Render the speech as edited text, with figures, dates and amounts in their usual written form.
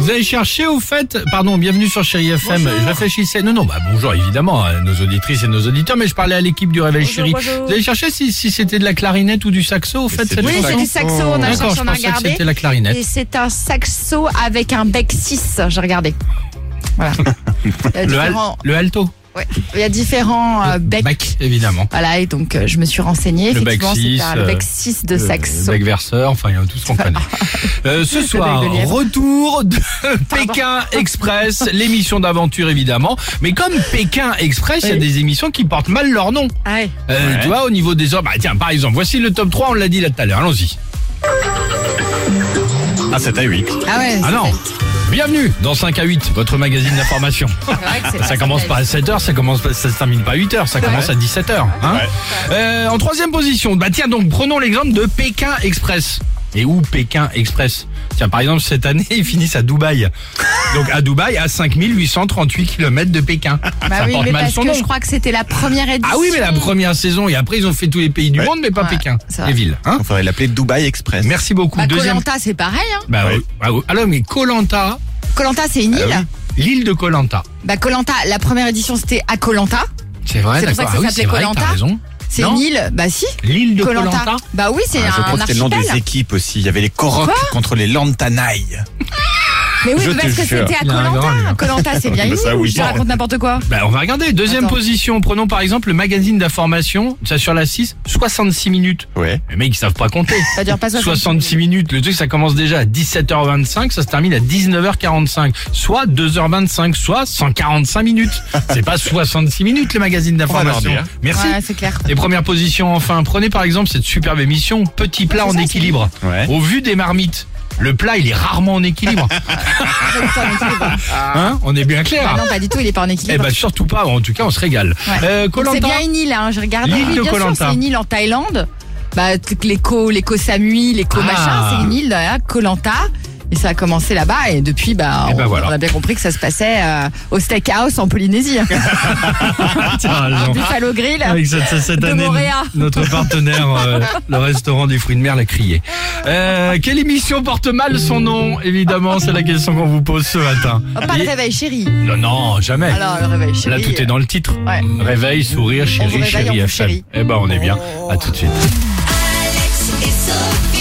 Vous avez cherché au fait, pardon, bienvenue sur Chérie FM. Bonjour. Je réfléchissais, bonjour évidemment à nos auditrices et nos auditeurs, mais je parlais à l'équipe du Réveil Bonjour, Chérie. bonjour. Vous avez cherché si c'était de la clarinette ou du saxo au fait cette Oui, chanson c'est du saxo, on a D'accord, cherché, je on a pensais que regardé. c'était la clarinette. Et c'est un saxo avec un bec 6, j'ai regardé. Voilà. Il y a différents, Le alto. ouais, il y a différents becs. Bec, évidemment. Voilà, et donc je me suis renseignée. Le bec Effectivement, 6, c'est le bec 6 de Le saxo. bec verseur, enfin il y a tout ce qu'on connaît. Ce soir, bec de lièvre. retour de Pékin Express, l'émission d'aventure évidemment. Mais comme Pékin Express, il y a Oui. des émissions qui portent mal leur nom. Ah ouais. Tu vois, au niveau des heures, tiens, par exemple, voici le top 3, on l'a dit là tout à l'heure, allons-y. Ah, c'est à 8. Ah ouais. Ah non, bienvenue dans 5 à 8, votre magazine d'information. C'est vrai que c'est Ça commence pas à 7h, ça se termine pas à 8h, ça commence à 17h. Hein. En troisième position, tiens donc, prenons l'exemple de Pékin Express. Et où Pékin Express? Tiens, par exemple, cette année, ils finissent à Dubaï. Donc à Dubaï, à 5838 km de Pékin. Bah ça oui, porte mais mal parce son que nom. je crois que c'était la première édition. Ah oui, mais la première saison, et après ils ont fait tous les pays du monde, mais pas Ouais, Pékin, c'est vrai. les villes. Hein. Il faudrait l'appeler Dubaï Express. Merci beaucoup. Bah, Deuxième. Koh-Lanta, c'est pareil. Hein. Bah oui. Ah oui. Alors mais Koh-Lanta, Koh-Lanta, c'est une île. l'île de Koh-Lanta. Bah Koh-Lanta, la première édition, c'était à Koh-Lanta. C'est vrai, C'est pour ça d'accord. que ça Ah oui, s'appelait c'est vrai, Koh-Lanta. t'as raison. C'est Non. une île. Bah si. L'île de Koh-Lanta. Koh-Lanta. Bah oui, c'est Je crois un que c'était le nom des archipel. équipes aussi. Il y avait les Koroks contre les Lantanaï. Mais oui, Je parce te que jure. c'était à Il y a un grand, lui. Koh-Lanta. Koh-Lanta, c'est bien une Ça, île ou oui. je raconte n'importe quoi? On va regarder. Deuxième Attends. position. Prenons par exemple le magazine d'information. Ça sur la 6, 66 minutes. Ouais. Les mecs, ils savent pas compter. Ça dure pas 66 minutes. Le truc, ça commence déjà à 17h25, ça se termine à 19h45. Soit 2h25, soit 145 minutes. C'est pas 66 minutes, le magazine d'information. On va leur dire. Merci. Ouais, c'est clair. Les premières positions, enfin. Prenez par exemple cette superbe émission, Petit plat en ça, équilibre. Ouais. Au vu des marmites, le plat, il est rarement en équilibre. Hein? On est bien clair. Ah non, pas du tout, il est pas en Eh équilibre. surtout pas. En tout cas, on se régale. Ouais. Donc, Koh-Lanta. c'est bien une île, hein. J'ai regardé. L'île Oui, de bien sûr, Koh-Lanta. c'est une île en Thaïlande. Bah, les Koh Samui, les Koh Ah. machin, c'est une île, là, Koh-Lanta. Et ça a commencé là-bas et depuis, Et ben voilà. on a bien compris que ça se passait au Steakhouse en Polynésie. T'as raison. Buffalo Grill. Avec cette De année, Moréa. notre partenaire, le restaurant des fruits de mer, l'a crié. Quelle émission porte mal son nom? Évidemment, c'est la question qu'on vous pose ce matin. Oh, pas le réveil chéri. Non, jamais. Alors, le réveil chéri. Là, tout est dans le titre. Ouais. Réveil, sourire, On vous chérie, réveille, chérie on vous FM. chérit. Eh ben, on est bien. À tout de suite. Alex et Sophie.